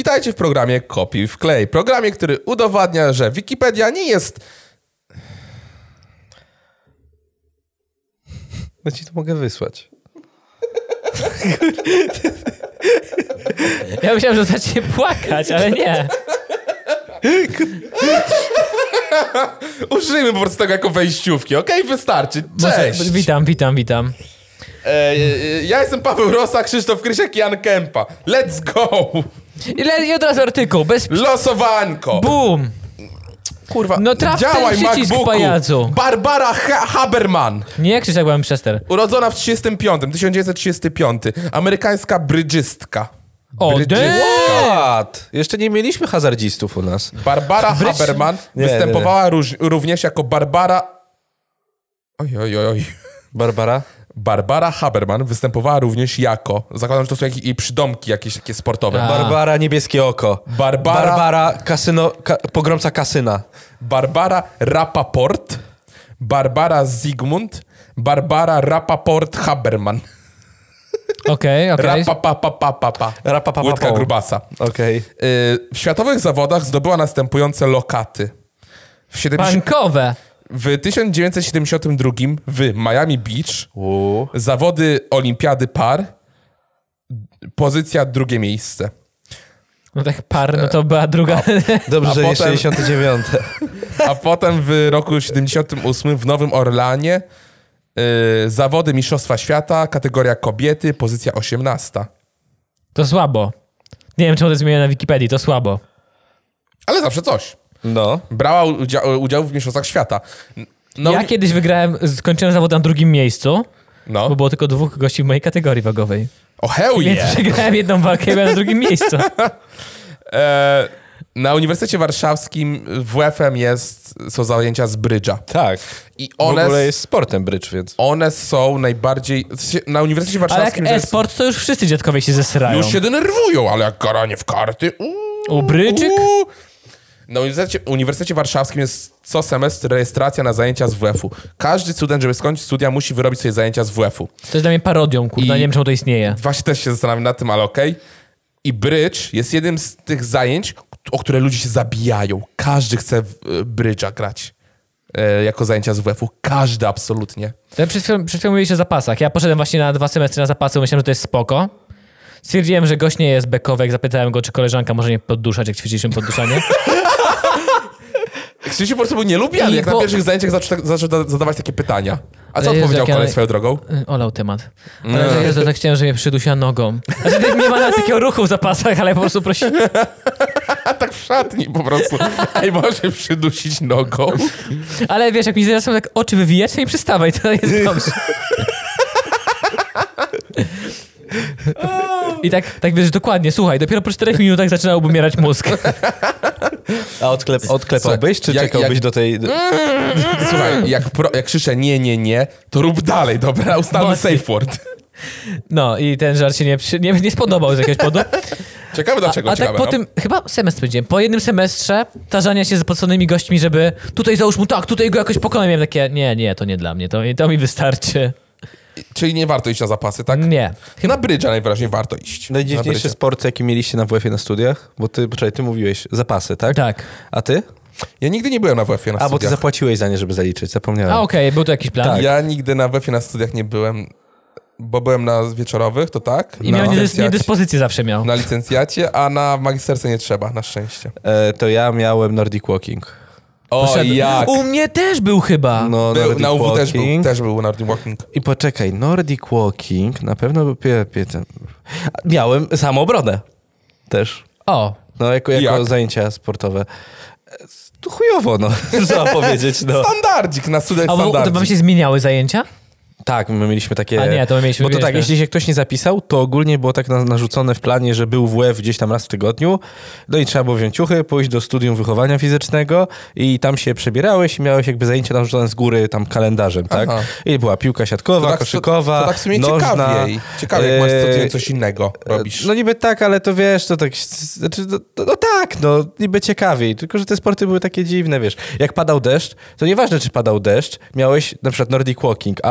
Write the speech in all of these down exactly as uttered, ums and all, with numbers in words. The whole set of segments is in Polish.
Witajcie w programie Kopiuj Wklej. Programie, który udowadnia, że Wikipedia nie jest... No ci to mogę wysłać. Ja myślałem, że zacznie płakać, ale nie. Użyjmy po prostu tego jako wejściówki, okej? Okay? Wystarczy. Cześć! Może, witam, witam, witam. E, e, ja jestem Paweł Rosa, Krzysztof Krysiak i Jan Kępa. Let's go! I, le, i od razu artykuł, bez... Losowanko! Bum! Kurwa, No traf ten działaj, przycisk, MacBooku! pajacu. Barbara ha- Haberman. Nie, jak Krzysiak byłem Chester. Urodzona w trzydziestym piątym, tysiąc dziewięćset trzydziesty piąty. Amerykańska brydżystka. O, What? Jeszcze nie mieliśmy hazardzistów u nas. Barbara Brydż- Haberman Nie, występowała nie, nie. Róż, również jako Barbara... Oj, oj, oj, oj. Barbara? Barbara Haberman występowała również jako... Zakładam, że to są jakieś jej przydomki jakieś takie sportowe. A. Barbara Niebieskie Oko. Barbara... Barbara kasyno, ka, Pogromca Kasyna. Barbara Rapaport. Barbara Zygmunt. Barbara Rapaport Haberman. Okej, okej. Rapapapapapa. Rapapapapą. Łydka grubasa. Okej. Y, w światowych zawodach zdobyła następujące lokaty. W, siedemdziesiątym Bankowe. w tysiąc dziewięćset siedemdziesiątym drugim w Miami Beach U. zawody olimpiady par, pozycja drugie miejsce. No tak par, no to była druga. Dobrze, A że nie potem- sześćdziesiąte dziewiąte. A potem w roku siedemdziesiątym ósmym w Nowym Orleanie y, zawody Mistrzostwa Świata, kategoria kobiety, pozycja osiemnasta. To słabo. Nie wiem, czemu to jest zmienione na Wikipedii, to słabo. Ale zawsze coś. No. Brała udział, udział w Mistrzostwach Świata. No, Ja kiedyś wygrałem, skończyłem zawód na drugim miejscu, no. bo było tylko dwóch gości w mojej kategorii wagowej. O hell Więc yeah! przegrałem jedną walkę i byłem na drugim miejscu. E, na Uniwersytecie Warszawskim w W F M jest, są zajęcia z brydża. Tak. I W one, ogóle jest sportem brydż, więc... one są najbardziej... w sensie na Uniwersytecie Ale jak Warszawskim... że jest- e-sport, to już wszyscy dziadkowie się zesrają. Już się denerwują, ale jak garanie w karty... Uuu, U brydżyk? uuu. Na Uniwersytecie, Uniwersytecie Warszawskim jest co semestr rejestracja na zajęcia z W F u. Każdy student, żeby skończyć studia, musi wyrobić sobie zajęcia z W F u. To jest dla mnie parodią, kurde, I- nie wiem, czemu to istnieje. Właśnie też się zastanawiam nad tym, ale okej. I brydż jest jednym z tych zajęć, o które ludzie się zabijają. Każdy chce w e, brydża grać e, jako zajęcia z W F u. Każdy absolutnie. Ja przed chwilą, przed chwilą mówiliście o zapasach. Ja poszedłem właśnie na dwa semestry na zapasy, myślałem, że to jest spoko. Stwierdziłem, że gość nie jest bekowy, jak zapytałem go, czy koleżanka może nie podduszać, jak ćwiczyliśmy podduszanie. Krzysiu po prostu był nielubiany, I jak po- na pierwszych zajęciach zaczął, tak- zaczął da- zadawać takie pytania. A co Jezu, odpowiedział jak ja- kolej swoją drogą? Y, Olał temat. Ale ja tak chciałem, że mnie przydusiła nogą. Znaczy, nie ma nawet takiego ruchu w zapasach, ale po prostu prosi... A tak w szatni po prostu. Ej, może przydusić nogą. Ale wiesz, jak mi zaraz tak oczy wywijać, to nie przystawaj, to jest dobrze. I tak, tak wiesz, dokładnie, słuchaj, dopiero po czterech minutach zaczynał umierać mózg. A odklep, odklepałbyś, czy jak- czekałbyś jak- do tej... Słuchaj, jak, pro, jak krzyczę nie, nie, nie, to rób dalej, dobra? Ustalmy Mocniej. safe word. No i ten żart się nie, przy- nie, nie spodobał z jakiegoś powodu. Ciekawe dlaczego, A, a tak ciekawe. po no. tym, chyba semestr będzie, po jednym semestrze tarzania się z podstawnymi gośćmi, żeby tutaj załóż mu tak, tutaj go jakoś pokonać. Miałem takie, nie, nie, to nie dla mnie, to, to mi wystarczy. Czyli nie warto iść na zapasy, tak? Nie. Na brydża najwyraźniej warto iść. Na Najdziwniejszy brydża. sport, jaki mieliście na W F ie na studiach? Bo ty, poczekaj, ty mówiłeś zapasy, tak? Tak. A ty? Ja nigdy nie byłem na W F ie na A, bo ty studiach. zapłaciłeś za nie, żeby zaliczyć, zapomniałem. A okej, był to jakiś plan. Ja nigdy na W F ie na studiach nie byłem, bo byłem na wieczorowych, to tak. I na, miał niedys- licencjacie, niedyspozycję zawsze miał. na licencjacie, a na magisterce nie trzeba, na szczęście. E, to ja miałem Nordic Walking. O, Poszedł- jak! U mnie też był chyba. No, Był, Nordic na U W też był, Walking. też był Nordic Walking. I poczekaj, Nordic Walking na pewno był... Pie, pie, ten... Miałem samoobronę też. O, No, jako, jako Jak? zajęcia sportowe. E, To chujowo, no. Co mam powiedzieć, no. Standardzik, na studiach a bo, to standardzik. wam się zmieniały zajęcia? Tak, my mieliśmy takie... A nie, to my mieliśmy Bo to tak, wieczne. jeśli się ktoś nie zapisał, to ogólnie było tak na, narzucone w planie, że był W F gdzieś tam raz w tygodniu, no i trzeba było wziąć ciuchy, pójść do studium wychowania fizycznego i tam się przebierałeś i miałeś jakby zajęcia narzucone z góry tam kalendarzem, tak? Aha. I była piłka siatkowa, To tak- koszykowa, To, to tak w sumie nożna. ciekawiej. Ciekawie, jak masz co tydzień e, coś innego robisz. No niby tak, ale to wiesz, to tak, znaczy, no, no, no tak, no niby ciekawiej, tylko że te sporty były takie dziwne, wiesz. Jak padał deszcz, to nieważne, czy padał deszcz, miałeś na przykład Nordic Walking albo na przykład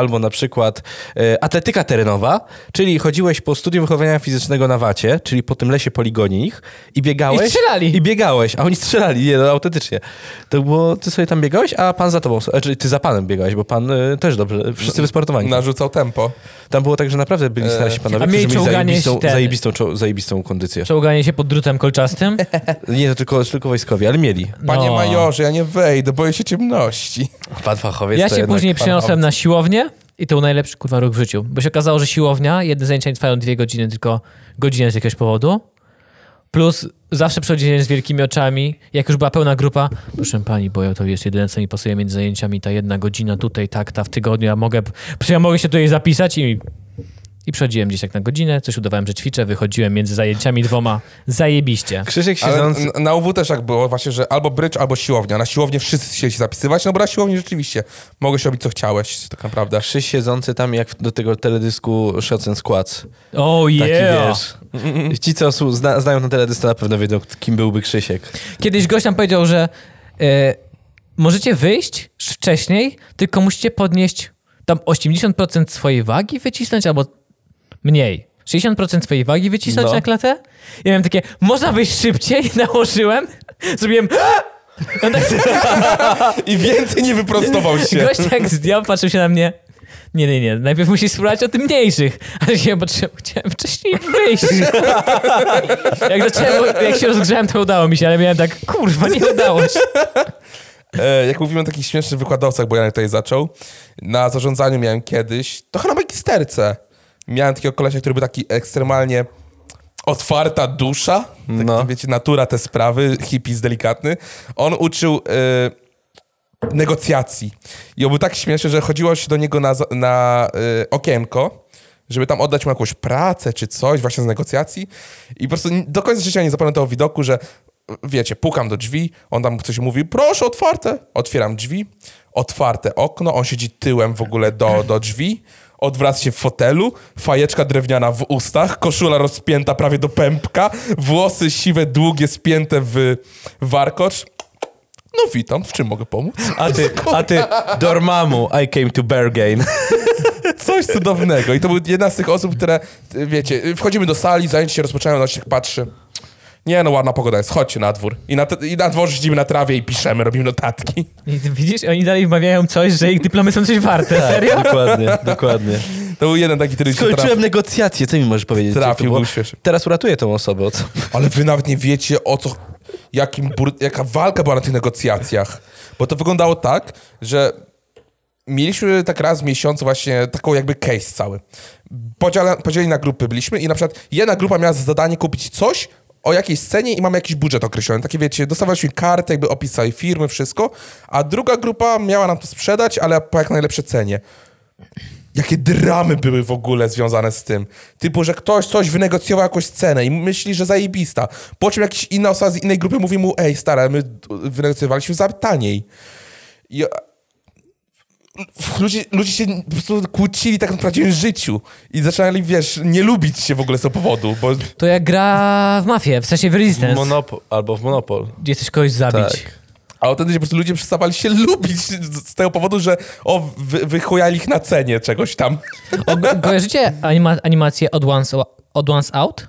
przykład e, atletyka terenowa, czyli chodziłeś po studium wychowania fizycznego na wacie, czyli po tym lesie poligonich i biegałeś. I strzelali. I biegałeś, a oni strzelali, nie no, autentycznie. To było, ty sobie tam biegałeś, a pan za tobą, e, czyli ty za panem biegałeś, bo pan e, też dobrze, wszyscy wysportowani. Narzucał tempo. Tam było tak, że naprawdę byli starsi panowie, A którzy mieli mieli czołganie zajebistą, ten- zajebistą, czo- zajebistą kondycję. Czołganie się pod drutem kolczastym. Nie, to tylko, tylko wojskowi, ale mieli. Panie No. majorze, ja nie wejdę, boję się ciemności. Pan fachowiec Ja to się jednak później pan przeniosłem na siłownię i to był najlepszy kurwa ruch w życiu. Bo się okazało, że siłownia, jedne zajęcia nie trwają dwie godziny, tylko godzinę z jakiegoś powodu. Plus zawsze przychodzili z wielkimi oczami. Jak już była pełna grupa, proszę pani, bo ja to jest jedyne, co mi pasuje między zajęciami, ta jedna godzina tutaj, tak, ta w tygodniu, ja mogę, przecież ja mogę się tutaj zapisać i... I przychodziłem gdzieś tak na godzinę, coś udawałem, że ćwiczę, wychodziłem między zajęciami dwoma. Zajebiście. Krzysiek Ale siedzący... n- na U W też tak było właśnie, że albo brycz, albo siłownia. Na siłownię wszyscy chcieli się zapisywać, no bo na siłowni rzeczywiście mogłeś robić co chciałeś, tak naprawdę. Krzyś siedzący tam jak do tego teledysku Shots and Squats. Oh Taki yeah! wiesz. Ci, co su- zna, znają ten teledysk, to na pewno wiedzą, kim byłby Krzysiek. Kiedyś gość nam powiedział, że e, możecie wyjść wcześniej, tylko musicie podnieść tam osiemdziesiąt procent swojej wagi wycisnąć, albo mniej. sześćdziesiąt procent swojej wagi wycisnąć No. na klatę. Ja miałem takie, można wyjść szybciej? Nałożyłem. Zrobiłem... No tak, I więcej nie wyprostował się. gość jak zdjął, patrzył się na mnie. Nie, nie, nie. Najpierw musisz spróbować o tym mniejszych. Ale się patrzyłem, chciałem wcześniej wyjść. jak zacząłem, jak się rozgrzałem, to udało mi się, ale miałem tak, kurwa, nie udało się. E, jak mówimy o takich śmiesznych wykładowcach, bo ja tutaj zaczął, na zarządzaniu miałem kiedyś, to chyba na magisterce, miałem takiego kolesia, który był taki ekstremalnie otwarta dusza, tak, No. wiecie, natura, te sprawy, hippies delikatny. On uczył e, negocjacji i on był tak śmieszny, że chodziło się do niego na, za- na e, okienko, żeby tam oddać mu jakąś pracę czy coś właśnie z negocjacji i po prostu do końca życia nie zapomnę tego widoku, że wiecie, pukam do drzwi, on tam coś mówi, proszę, otwarte. Otwieram drzwi, otwarte okno, on siedzi tyłem w ogóle do, do drzwi, odwraca się w fotelu, fajeczka drewniana w ustach, koszula rozpięta prawie do pępka, włosy siwe, długie, spięte w warkocz. No witam, w czym mogę pomóc? A ty, a ty, Dormammu, I came to bargain. Coś cudownego. I to był jedna z tych osób, które, wiecie, wchodzimy do sali, zajęcia się rozpoczynają, on się tak patrzy. Nie no, ładna pogoda jest, chodźcie na dwór. I na, te, i na dworze siedzimy na trawie i piszemy, robimy notatki. I ty widzisz, oni dalej wmawiają coś, że ich dyplomy są coś warte. Serio? Dokładnie, dokładnie. To był jeden taki, który się Skończyłem trafił. negocjacje, co mi możesz powiedzieć? Co to Trafił, było? był świeży. Teraz uratuję tą osobę, o co? Ale wy nawet nie wiecie, o co, jakim bur, jaka walka była na tych negocjacjach. Bo to wyglądało tak, że mieliśmy tak raz w miesiącu właśnie taką jakby case cały. Podziela, podzieleni na grupy byliśmy i na przykład jedna grupa miała za zadanie kupić coś o jakiejś cenie i mamy jakiś budżet określony. Takie wiecie, dostawaliśmy kartę, jakby opis całej firmy, wszystko, a druga grupa miała nam to sprzedać, ale po jak najlepszej cenie. Jakie dramy były w ogóle związane z tym. Typu, że ktoś coś wynegocjował jakąś cenę i myśli, że zajebista. Po czym jakiś inna osoba z innej grupy mówi mu, ej stara, my wynegocjowaliśmy za taniej. I ludzie, ludzie się po prostu kłócili tak w prawdziwym życiu i zaczynali, wiesz, nie lubić się w ogóle z tego powodu, bo To jak gra w mafię, w sensie w Resistance, Monopol, albo w Monopol. gdzie chcesz kogoś zabić. Tak. a wtedy po prostu ludzie przestawali się lubić z z tego powodu, że o, wy, wychujali ich na cenie czegoś tam. O, ko- kojarzycie anima animację Odd Ones, Odd Ones Out?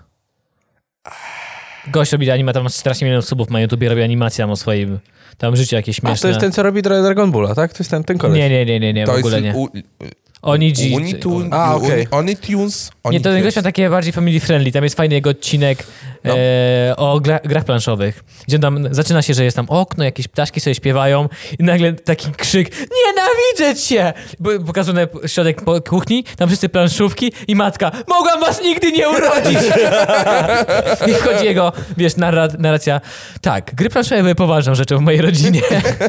Gość robi animację, tam ma czternaście milionów subów na YouTubie, robi animację tam o swoim tam życiu jakieś A śmieszne. to jest ten, co robi Dra- Dragon Balla, tak? To jest ten, ten koleś. Nie, nie, nie, nie, nie, w To ogóle jest nie. U, Oni G... Unitunes, A, okej. Unitunes, Nie, to ten gość ma takie bardziej family friendly. Tam jest fajny jego odcinek No. e, o gra, grach planszowych, gdzie tam zaczyna się, że jest tam okno, jakieś ptaszki sobie śpiewają i nagle taki krzyk nienawidzę cię! Bo pokazany środek po kuchni, tam wszyscy planszówki i matka mogłam was nigdy nie urodzić! I wchodzi jego, wiesz, narra- narracja tak, gry planszowe były poważną rzeczą w mojej rodzinie.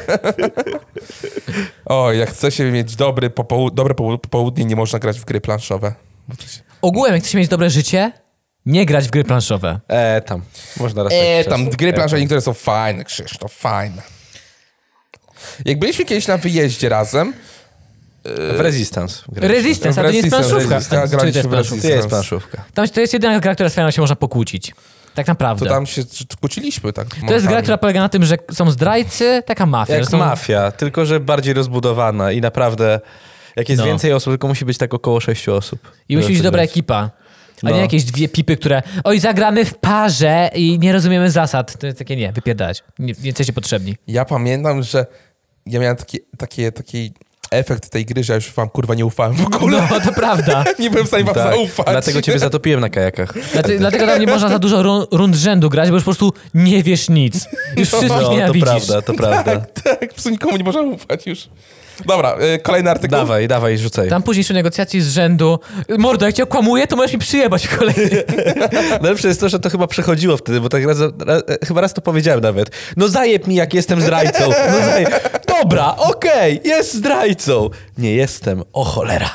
O, jak chce się mieć dobry popołu- dobre połu- popołudnie, nie można grać w gry planszowe. Bo to się... Ogółem, jak chcesz mieć dobre życie, nie grać w gry planszowe. E, tam. Można raz Eee, jakiś tam czas. gry E, planszowe niektóre są fajne, Krzysztof, fajne. Jak byliśmy kiedyś na wyjeździe razem... W Resistance. graliśmy. Resistance, a to nie jest Resistance, planszówka. Resistance, A, czyli to graliśmy jest w planszówka. To jest planszówka. Tam, to jest jedyna gra, która z fajną się można pokłócić. Tak naprawdę. To tam się kłóciliśmy, tak. To jest gra, która polega na tym, że są zdrajcy, taka mafia. Jak że są... mafia, tylko że bardziej rozbudowana i naprawdę... Jak jest No. więcej osób, tylko musi być tak około sześciu osób. I musi być dobra ekipa. A No. nie jakieś dwie pipy, które oj, zagramy w parze i nie rozumiemy zasad. To jest takie nie, wypierdać. Nie, nie jesteście potrzebni. Ja pamiętam, że ja miałem taki, takie, taki efekt tej gry, że ja już wam kurwa nie ufałem w ogóle. No, to prawda. Nie byłem w stanie wam Tak, zaufać. dlatego ciebie zatopiłem na kajakach. Dlate, dlatego tam nie można za dużo run, rund rzędu grać, bo już po prostu nie wiesz nic. Już wszystkich No, to nienawidzisz. prawda, to prawda. Tak, po prostu nikomu nie można ufać już. Dobra, y, kolejny artykuł. Dawaj, dawaj, rzucaj. Tam później są negocjacje z rzędu. Mordo, jak cię okłamuję, to możesz mi przyjebać kolejny. Najlepsze jest to, że to chyba przechodziło wtedy, bo tak raz, raz, chyba raz to powiedziałem nawet. No zajeb mi, jak jestem zdrajcą. No zajeb. Dobra, okej, okay, jest zdrajcą. Nie jestem, o cholera.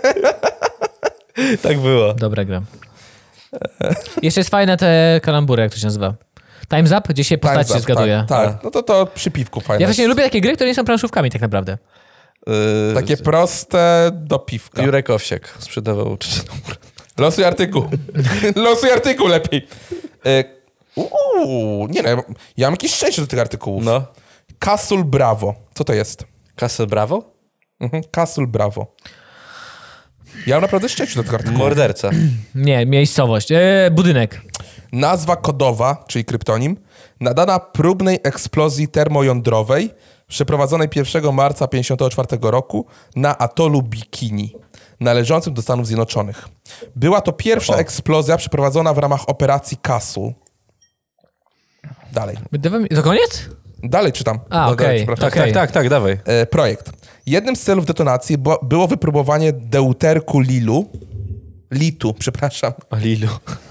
Tak było. Dobra gra. Jeszcze jest fajne te kalambury, jak to się nazywa. Time's Up, gdzie się postać się Time's Up, zgaduje. Tak, tak. No to to przy piwku fajne. Ja właśnie lubię takie gry, które nie są planszówkami tak naprawdę. Yy, Takie proste do piwka. Jurek Owsiak sprzedawał. Losuj artykuł. Losuj artykuł lepiej. Y, Uuu, nie no, ja mam jakieś szczęście do tych artykułów. No. Castle Bravo. Co to jest? Castle Bravo? Mhm, Castle Bravo. Ja mam naprawdę szczęście do tych artykułów. Morderca. Nie, miejscowość. E, budynek. Nazwa kodowa, czyli kryptonim, nadana próbnej eksplozji termojądrowej przeprowadzonej pierwszego marca tysiąc dziewięćset pięćdziesiątego czwartego roku na atolu Bikini, należącym do Stanów Zjednoczonych. Była to pierwsza O. eksplozja przeprowadzona w ramach operacji Castle. Dalej. To koniec? Dalej czytam. A, No, okej. dalej, przepraszam. Tak, tak, tak, tak, dawaj. E, projekt. Jednym z celów detonacji było, było wypróbowanie deuterku lilu, litu, przepraszam, O Lilu.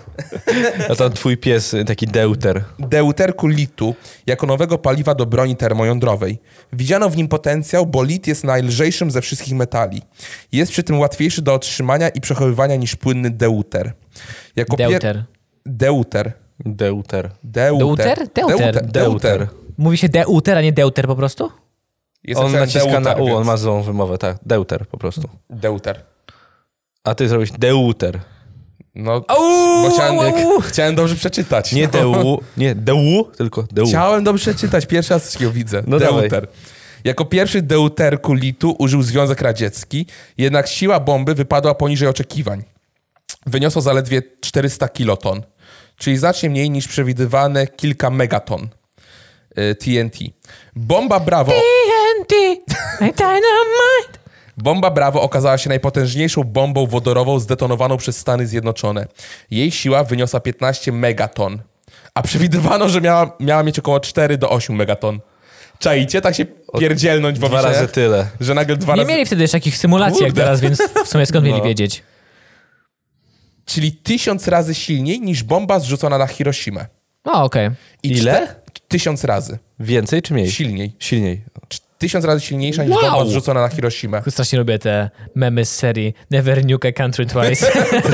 A tam twój pies, taki deuter. deuterku litu jako nowego paliwa do broni termojądrowej. Widziano w nim potencjał, bo lit jest najlżejszym ze wszystkich metali. Jest przy tym łatwiejszy do otrzymania i przechowywania niż płynny deuter. Jako pier- Deuter. Deuter. Deuter. Deuter? Deuter. Deuter. Deuter. Mówi się deuter, a nie deuter po prostu? Jest On napisane naciska na deuter, U, on więc- ma złą wymowę, tak. Deuter po prostu. Deuter. A ty zrobiłeś deuter. No, Au, bo chciałem, au, au. chciałem dobrze przeczytać. Nie no. deu, nie deu, tylko deu. Chciałem dobrze przeczytać, pierwszy raz coś widzę. No Deuter. dawaj. Jako pierwszy deuterku litu użył Związek Radziecki, jednak siła bomby wypadła poniżej oczekiwań. Wyniosło zaledwie czterysta kiloton, czyli znacznie mniej niż przewidywane kilka megaton y, T N T. Bomba Bravo, T N T, dynamite. bomba Bravo okazała się najpotężniejszą bombą wodorową zdetonowaną przez Stany Zjednoczone. Jej siła wyniosła piętnaście megaton, a przewidywano, że miała, miała mieć około cztery do ośmiu megaton. Czaicie? Tak się pierdzielnąć w Dwa owicie, razy tyle. że nagle dwa Nie razy... mieli wtedy jeszcze takich symulacji jak Kurde. teraz, więc w sumie skąd mieli No. wiedzieć? Czyli tysiąc razy silniej niż bomba zrzucona na Hiroshimę. O, okej. I Ile? czter- Tysiąc razy. Więcej czy mniej? Silniej. Silniej. Cz- Tysiąc razy silniejsza niż Wow. bomba zrzucona na Hiroshimę. Strasznie lubię te memy z serii Never Nuke a Country Twice.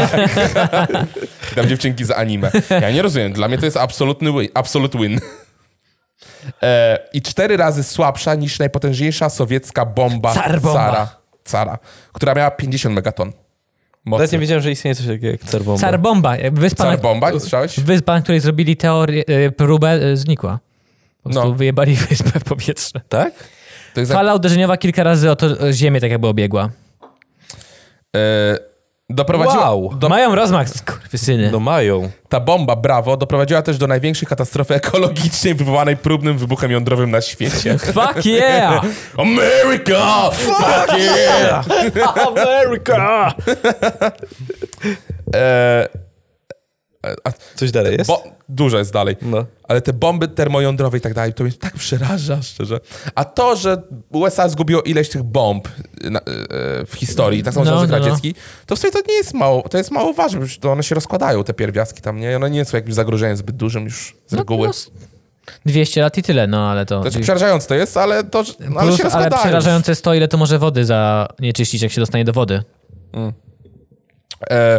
Tam dziewczynki za anime. Ja nie rozumiem. Dla mnie to jest absolutny win. Absolute win. E, I cztery razy słabsza niż najpotężniejsza sowiecka bomba Car bomba. Cara, Cara, która miała pięćdziesiąt megaton. Nawet Mocny. nie wiedziałem, że istnieje coś takiego jak carbomba. Car bomba. jakby Wyspa, Car na, bomba, nie słyszałeś? wyspa, na której zrobili teorię, e, próbę, e, znikła. Po prostu No. wyjebali wyspę w powietrze. Tak? To jest jak, Fala uderzeniowa kilka razy o to e, ziemię tak jakby obiegła. e, doprowadziła, Wow. do, Mają rozmach, skurwysyny. No mają. Ta bomba, Bravo, doprowadziła też do największej katastrofy ekologicznej wywołanej próbnym wybuchem jądrowym na świecie. Fuck yeah! America! Fuck yeah! America! E, a, Coś dalej jest? bo, dużo jest dalej. No. Ale te bomby termojądrowe i tak dalej, to mnie tak przeraża, szczerze. A to, że U S A zgubiło ileś tych bomb na, e, w historii, tak samo No, Związek no, no. Radziecki, to w sumie to nie jest mało, to jest mało ważne, bo to one się rozkładają, te pierwiastki tam, nie? One nie są jakimś zagrożeniem zbyt dużym już z reguły. No, dwieście lat i tyle, no ale to... Znaczy przerażające to jest, ale to, że- no, ale Plus, się ale rozkładają. przerażające jest to, ile to może wody zanieczyścić, jak się dostanie do wody. E...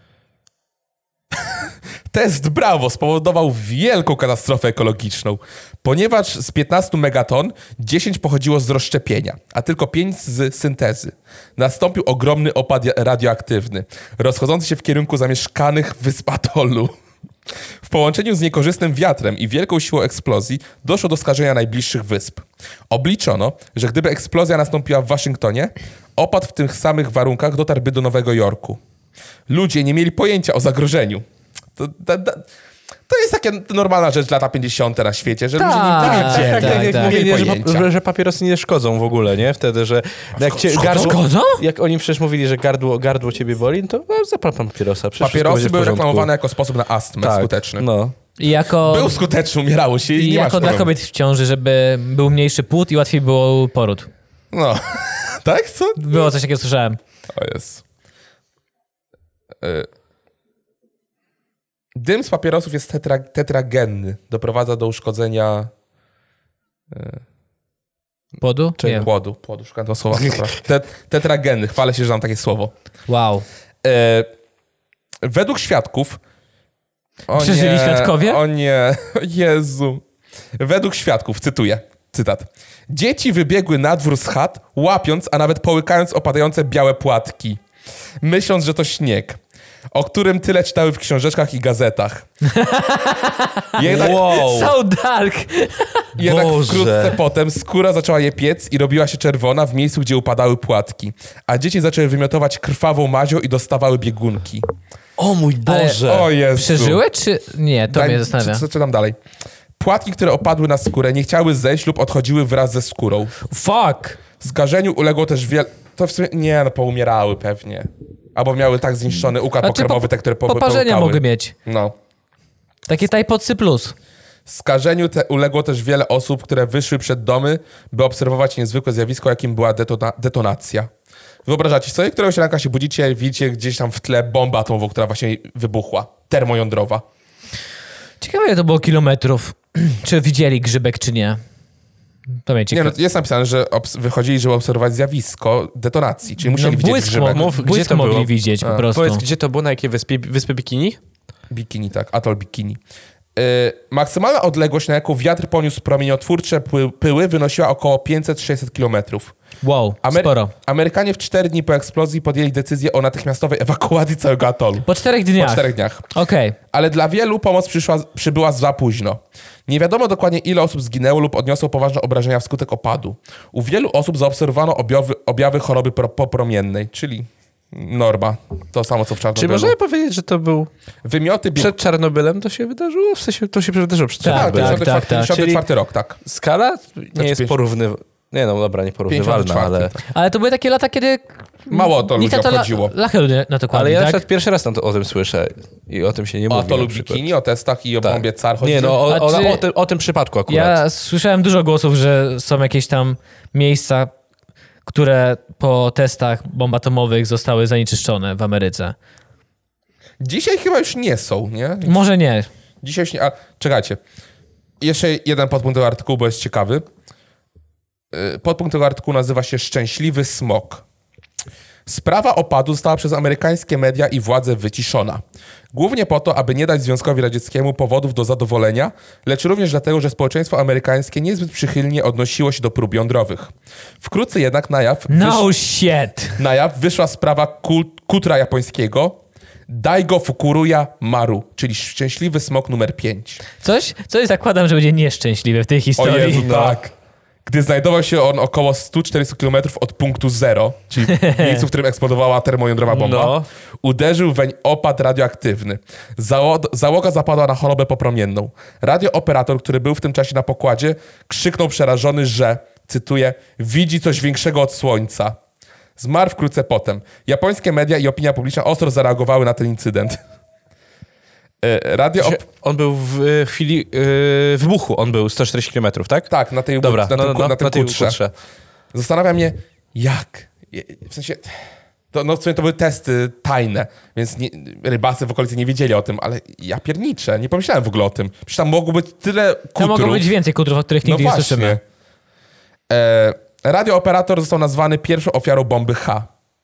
Test Bravo spowodował wielką katastrofę ekologiczną, ponieważ z piętnastu megaton dziesięć pochodziło z rozszczepienia, a tylko pięć z syntezy. Nastąpił ogromny opad radioaktywny, rozchodzący się w kierunku zamieszkanych wysp atolu. W połączeniu z niekorzystnym wiatrem i wielką siłą eksplozji doszło do skażenia najbliższych wysp. Obliczono, że gdyby eksplozja nastąpiła w Waszyngtonie, Opad w tych samych warunkach dotarłby do Nowego Jorku. Ludzie nie mieli pojęcia o zagrożeniu. To, to, to, to jest taka normalna rzecz lata pięćdziesiąte na świecie, że ludzie nie Tak, wiedzieli. Tak, tak, tak, jak tak. mówili, że, pojęcia. że, że papierosy nie szkodzą w ogóle, nie? Wtedy, że jak cię szkodzą? gardło, Szkodzą? jak oni przecież mówili, że gardło, gardło ciebie boli, no to no, zapal pan papierosa. przecież wszystko będzie Papierosy w były porządku. reklamowane jako sposób na astmę Tak, skuteczny. No. I jako, Był skuteczny, umierało się i i nie masz jako dla problemu. kobiet w ciąży, żeby był mniejszy płód i łatwiej było poród. No, tak? Co? Było coś takiego, słyszałem. O jest. Y... Dym z papierosów jest tetra, tetragenny. Doprowadza do uszkodzenia Płodu? Nie. płodu. Płodu, szukam tego słowa. Te, tetragenny. Chwalę się, że znam takie słowo. Wow. E, według świadków... O Przeżyli nie, świadkowie? O nie, Jezu. Według świadków, cytuję, cytat. Dzieci wybiegły na dwór z chat, łapiąc, a nawet połykając opadające białe płatki. Myśląc, że to śnieg, o którym tyle czytały w książeczkach i gazetach. Jednak, Wow. So dark! jednak Boże. wkrótce potem skóra zaczęła je piec i robiła się czerwona w miejscu, gdzie upadały płatki. A dzieci zaczęły wymiotować krwawą mazią i dostawały biegunki. O mój Boże. O Jezu. Przeżyły, czy... Nie, to Daj- mnie zastanawia. Co, co tam dalej? Płatki, które opadły na skórę, nie chciały zejść lub odchodziły wraz ze skórą. Fuck! Skażeniu uległo też wiele... To w sumie... Nie, no poumierały pewnie. Albo miały tak zniszczony układ Znaczy, pokarmowy, po- te, które po, Poparzenia połkały. mogły mieć. No. Takie tajpodsy plus. Skażeniu te uległo też wiele osób, które wyszły przed domy, by obserwować niezwykłe zjawisko, jakim była detona- detonacja. Wyobrażacie sobie, któregoś ranka się budzicie, widzicie gdzieś tam w tle bombę atomową, która właśnie wybuchła. Termojądrowa. Ciekawe, ile to było kilometrów. Czy widzieli grzybek, czy nie. To mnie Nie, ciekawe. no, jest napisane, że obs- wychodzili, żeby obserwować zjawisko detonacji, czyli musieli No, widzieć błysk, grzybek. mo- Mów, gdzie błysk to mogli było? widzieć po A, prostu. Powiedz, gdzie to było, na jakiej wyspie? Wyspy Bikini? Bikini, tak, atol Bikini. Yy, maksymalna odległość, na jaką wiatr poniósł promieniotwórcze pły- pyły, wynosiła około pięćset do sześciuset kilometrów. Wow, Amer- sporo. Amerykanie w cztery dni po eksplozji podjęli decyzję o natychmiastowej ewakuacji całego atolu. Po czterech dniach. Po czterech dniach. Okej. Ale dla wielu pomoc przyszła, przybyła za późno. Nie wiadomo dokładnie, ile osób zginęło lub odniosło poważne obrażenia wskutek opadu. U wielu osób zaobserwowano objawy, objawy choroby pro, popromiennej, czyli norma. To samo, co w Czy Czarnobylu. możemy powiedzieć, że to był Wymioty... Biu... przed Czarnobylem? To się wydarzyło? W sensie, to się wydarzyło przed Tak, Czarnobylem. tak, pięćdziesiąty czwarty tak. pięćdziesiąty czwarty rok, tak. Skala nie jest pięć- porównywalna. Nie no, dobra, nie porównywalna, pięćdziesiąty ale... czwarty. Ale to były takie lata, kiedy... Mało to nikt ludzi na to obchodziło. La, lachę ludzie na to kładli, Ale ja na tak? przykład pierwszy raz tam to, o tym słyszę i o tym się nie O mówi. atolu na przykład. Bikini, o testach i o Tak. bombie car chodzi. Nie, no o, A o, czy- o, tym, o tym przypadku akurat. Ja słyszałem dużo głosów, że są jakieś tam miejsca, które po testach bomb atomowych zostały zanieczyszczone w Ameryce. Dzisiaj chyba już nie są, nie? Może nie. Dzisiaj już nie... A, czekajcie. Jeszcze jeden podpunkt tego artykułu, bo jest ciekawy. Yy, Podpunkt tego artykułu nazywa się Szczęśliwy smog. Sprawa opadu została przez amerykańskie media i władze wyciszona. Głównie po to, aby nie dać Związkowi Radzieckiemu powodów do zadowolenia, lecz również dlatego, że społeczeństwo amerykańskie niezbyt przychylnie odnosiło się do prób jądrowych. Wkrótce jednak na jaw, No wysz... shit! na jaw wyszła sprawa kul... kutra japońskiego Daigo Fukuruya Maru, czyli szczęśliwy smok numer pięć. Coś, coś zakładam, że będzie nieszczęśliwe w tej O historii. Jezu, tak. Gdy znajdował się on około sto czterdzieści kilometrów od punktu zero, czyli miejscu, w którym eksplodowała termojądrowa bomba, No. uderzył weń opad radioaktywny. Zało- załoga zapadła na chorobę popromienną. Radiooperator, który był w tym czasie na pokładzie, krzyknął przerażony, że, cytuję, widzi coś większego od słońca. Zmarł wkrótce potem. Japońskie media i opinia publiczna ostro zareagowały na ten incydent. E, Radio... Się- Op- On był w e, chwili yy, wybuchu, on był sto czterdzieści kilometrów, tak? tak, na tej, Dobra, na tym, no, no, no, na tym na tej kutrze. kutrze. Zastanawia mnie, jak? W sensie, to, no w sumie to były testy tajne, więc nie, rybacy w okolicy nie wiedzieli o tym, ale ja pierniczę, nie pomyślałem w ogóle o tym. Przecież tam mogło być tyle kutrów. Tam mogło być więcej kutrów, o których nigdy no nie właśnie. słyszymy. E, radiooperator został nazwany pierwszą ofiarą bomby H.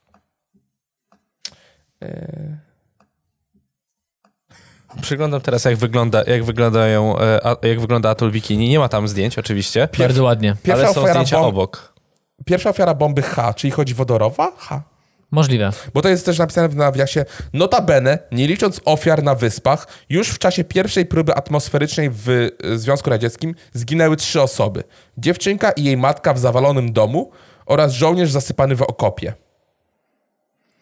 Przyglądam teraz, jak, wygląda, jak, wyglądają, e, a, jak wygląda atol Bikini. Nie ma tam zdjęć, oczywiście, Bardzo ładnie. Pierwsza ale są ofiara, zdjęcia bomb, obok. pierwsza ofiara bomby H, czyli chodzi wodorowa? H. Możliwe. Bo to jest też napisane w nawiasie. Notabene, nie licząc ofiar na wyspach, już w czasie pierwszej próby atmosferycznej w y, Związku Radzieckim zginęły trzy osoby. Dziewczynka i jej matka w zawalonym domu oraz żołnierz zasypany w okopie.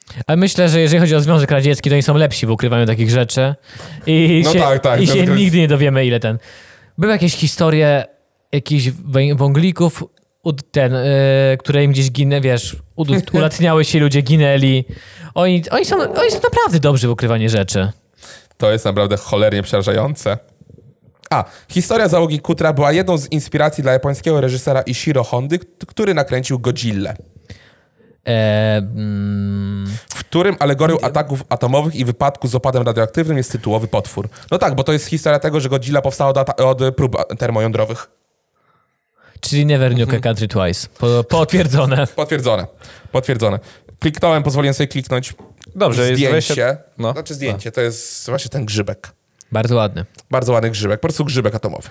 Ale myślę, że jeżeli chodzi o Związek Radziecki, to oni są lepsi w ukrywaniu takich rzeczy. I No się, tak, tak, i się Związek- nigdy nie dowiemy, ile ten... Były jakieś historie jakichś wę- wąglików, ud- ten, y, które im gdzieś ginę, wiesz, ud- ulatniały się ludzie, ginęli. Oni, oni, są, oni są naprawdę dobrzy w ukrywaniu rzeczy. To jest naprawdę cholernie przerażające. A, historia załogi Kutra była jedną z inspiracji dla japońskiego reżysera Ishiro Hondy, k- który nakręcił Godzillę, E, mm, w którym alegorią ataków atomowych i wypadku z opadem radioaktywnym jest tytułowy potwór. No tak, bo to jest historia tego, że Godzilla powstała od, ata- od prób termojądrowych. czyli Never Nuke a Country Twice. Po, potwierdzone. Potwierdzone. Potwierdzone. Kliknąłem, pozwoliłem sobie kliknąć Dobrze, jest zdjęcie. dwadzieścia No. Znaczy zdjęcie, to jest właśnie ten grzybek. Bardzo ładny. Bardzo ładny grzybek, po prostu grzybek atomowy.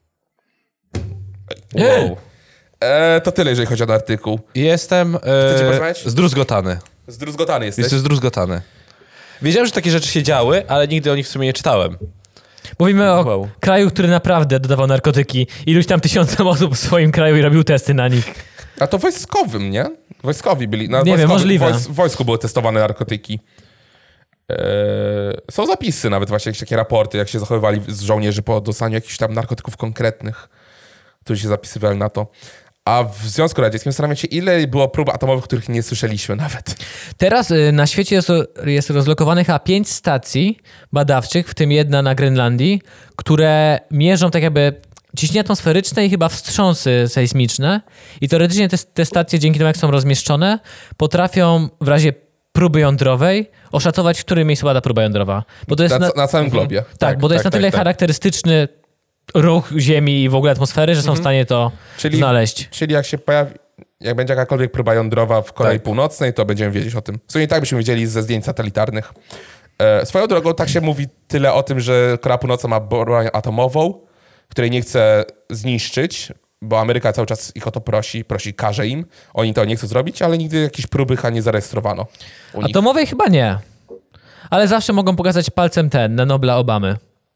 Wow. E, to tyle, jeżeli chodzi o ten artykuł. Jestem Chcecie e, porozmawiać? zdruzgotany. Zdruzgotany jesteś. Jestem zdruzgotany. Wiedziałem, że takie rzeczy się działy, ale nigdy o nich w sumie nie czytałem. Mówimy o Wow. kraju, który naprawdę dodawał narkotyki. Iluś tam tysiącom osób w swoim kraju i robił testy na nich. A to wojskowym, nie? Wojskowi byli. Na Nie wiem, wojskowym- możliwe. W wojsku były testowane narkotyki. Eee, są zapisy nawet właśnie, jakieś takie raporty, jak się zachowywali z żołnierzy po dostaniu jakichś tam narkotyków konkretnych, którzy się zapisywali na to. A w Związku Radzieckim zastanawiam się, ile było prób atomowych, których nie słyszeliśmy nawet. Teraz y, na świecie jest, jest rozlokowanych chyba pięć stacji badawczych, w tym jedna na Grenlandii, które mierzą tak jakby ciśnienie atmosferyczne i chyba wstrząsy sejsmiczne. I teoretycznie te, te stacje, dzięki temu jak są rozmieszczone, potrafią w razie próby jądrowej oszacować, w którym miejscu pada próba jądrowa. Bo to jest Na, na, na całym globie. tak, bo to jest na tyle tak. charakterystyczny ruch Ziemi i w ogóle atmosfery, że są w stanie to Czyli- znaleźć. Czyli jak się pojawi, jak będzie jakakolwiek próba jądrowa w Korei Tak. Północnej, to będziemy wiedzieć o tym. W sumie i tak byśmy wiedzieli ze zdjęć satelitarnych. E, swoją drogą, tak się mówi tyle o tym, że Korea Północna ma broń atomową, której nie chce zniszczyć, bo Ameryka cały czas ich o to prosi, prosi, każe im. Oni to nie chcą zrobić, ale nigdy jakichś prób chyba nie zarejestrowano u nich. Atomowej chyba nie. Ale zawsze mogą pokazać palcem ten, na Nobla Obamy.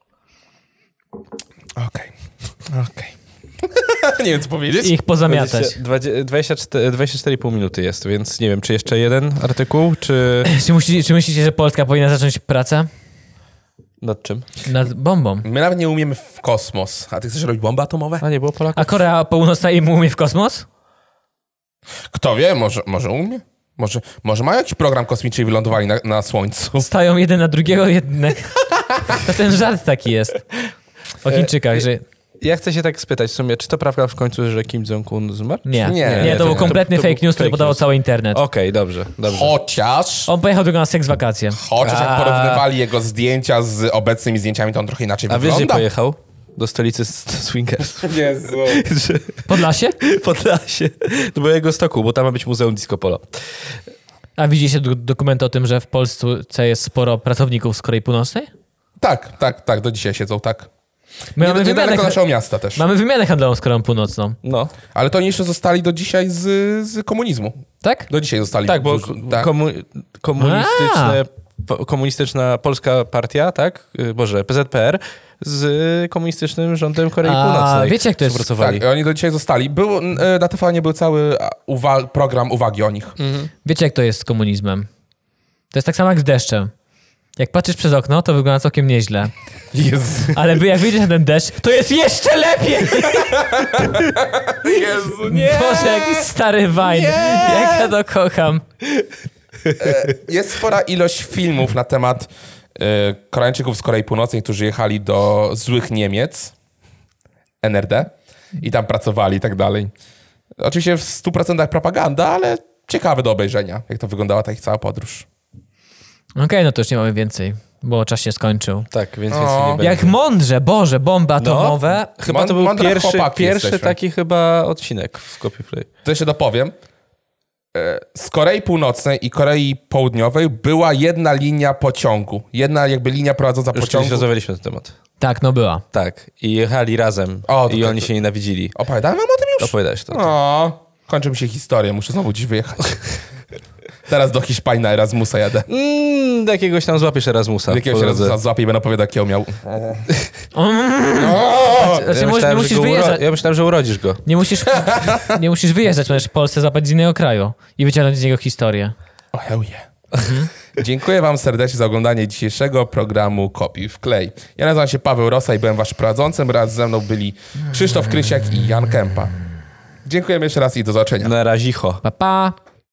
Okej, okej. Nie wiem, co powiedzieć. I ich pozamiatać. dwadzieścia, dwadzieścia cztery, dwadzieścia cztery i pół minuty jest, więc nie wiem, czy jeszcze jeden artykuł, czy Czy, musi, czy myślicie, że Polska powinna zacząć pracę nad czym? nad bombą? My nawet nie umiemy w kosmos. A ty chcesz robić bomby atomowe? A nie było Polaków? A Korea Północna im umie w kosmos? Kto wie, może, może umie? Może, może mają jakiś program kosmiczny i wylądowali na, na Słońcu? Stają jeden na drugiego, jednak. To ten żart taki jest. O Chińczykach, że... Ja chcę się tak spytać w sumie, czy to prawda w końcu, że Kim Jong-un zmarł? Nie, Nie, nie, nie, to, to był nie. kompletny To- to fake był news, który fake podawał news. cały internet. Okej, dobrze, dobrze. Chociaż, On pojechał tylko na seks wakacje. chociaż jak A. porównywali jego zdjęcia z obecnymi zdjęciami, to on trochę inaczej A wiesz, gdzie wygląda. pojechał? Do stolicy s- Swingers. Jezu. Podlasie? Podlasie. Do mojego stoku, bo tam ma być Muzeum Disco Polo. A widzieliście do, dokument o tym, że w Polsce jest sporo pracowników z Korei Północnej? Tak, tak, tak, do dzisiaj siedzą, tak. My Nie, mamy, wymianę, niedaleko naszego miasta też. mamy wymianę handlową z Koreą Północną. No. Ale to oni jeszcze zostali do dzisiaj z, z komunizmu. Tak? Do dzisiaj zostali. Tak, bo tak. komu, komunistyczne, po, komunistyczna Polska Partia, tak? Y, Boże, P Z P R z komunistycznym rządem Korei A, Północnej. wiecie, jak to jest- współpracowali. Tak, oni do dzisiaj zostali. Był, e, na T V nie był cały a, uwa- program uwagi o nich. Wiecie, jak to jest z komunizmem? To jest tak samo jak z deszczem. Jak patrzysz przez okno, to wygląda całkiem nieźle. Jezu. Ale wy jak wyjdziesz na ten deszcz, to jest jeszcze lepiej! Jezu, nie! Boże, jakiś stary wine. Jak ja to kocham. Jest spora ilość filmów na temat e, Koreańczyków z Korei Północnej, którzy jechali do złych Niemiec, N R D, i tam pracowali i tak dalej. Oczywiście w stu procentach propaganda, ale ciekawe do obejrzenia, jak to wyglądała ta ich cała podróż. Okej, no to już nie mamy więcej, bo czas się skończył. Tak, więc O. więcej nie będzie. Jak mądrze, Boże, bomby atomowe. Chyba to był Mądre pierwszy, chłopaki pierwszy jesteśmy. taki chyba odcinek w Copy Play. To jeszcze dopowiem. E, Z Korei Północnej i Korei Południowej była jedna linia pociągu. Jedna jakby linia prowadząca Już kiedyś pociągu. rozmawialiśmy na ten temat. Tak, no była. Tak. I jechali razem. O, to I tak, oni to- się nienawidzili. Opowiadałem wam o tym już? Opowiadałeś to. O, kończy mi się historia, muszę znowu gdzieś wyjechać. Teraz do Hiszpanii na Erasmusa jadę. Mm, do jakiegoś tam złapiesz Erasmusa. Do jakiegoś po drodze. Erasmusa złapię i będę opowiadał, jak ją miał. Znaczy, Ja mu- nie myślałem, musisz że go uro... wyjeżdżać. ja myślałem, że urodzisz go. Nie musisz, nie musisz wyjeżdżać, możesz w Polsce zapać z innego kraju i wyciągnąć z niego historię. O, hell yeah. Dziękuję wam serdecznie za oglądanie dzisiejszego programu Kopiuj w klej. Ja nazywam się Paweł Rosa i byłem waszym prowadzącym. Raz ze mną byli Krzysztof Krysiak i Jan Kępa. Dziękujemy jeszcze raz i do zobaczenia. Na razicho. Pa, pa.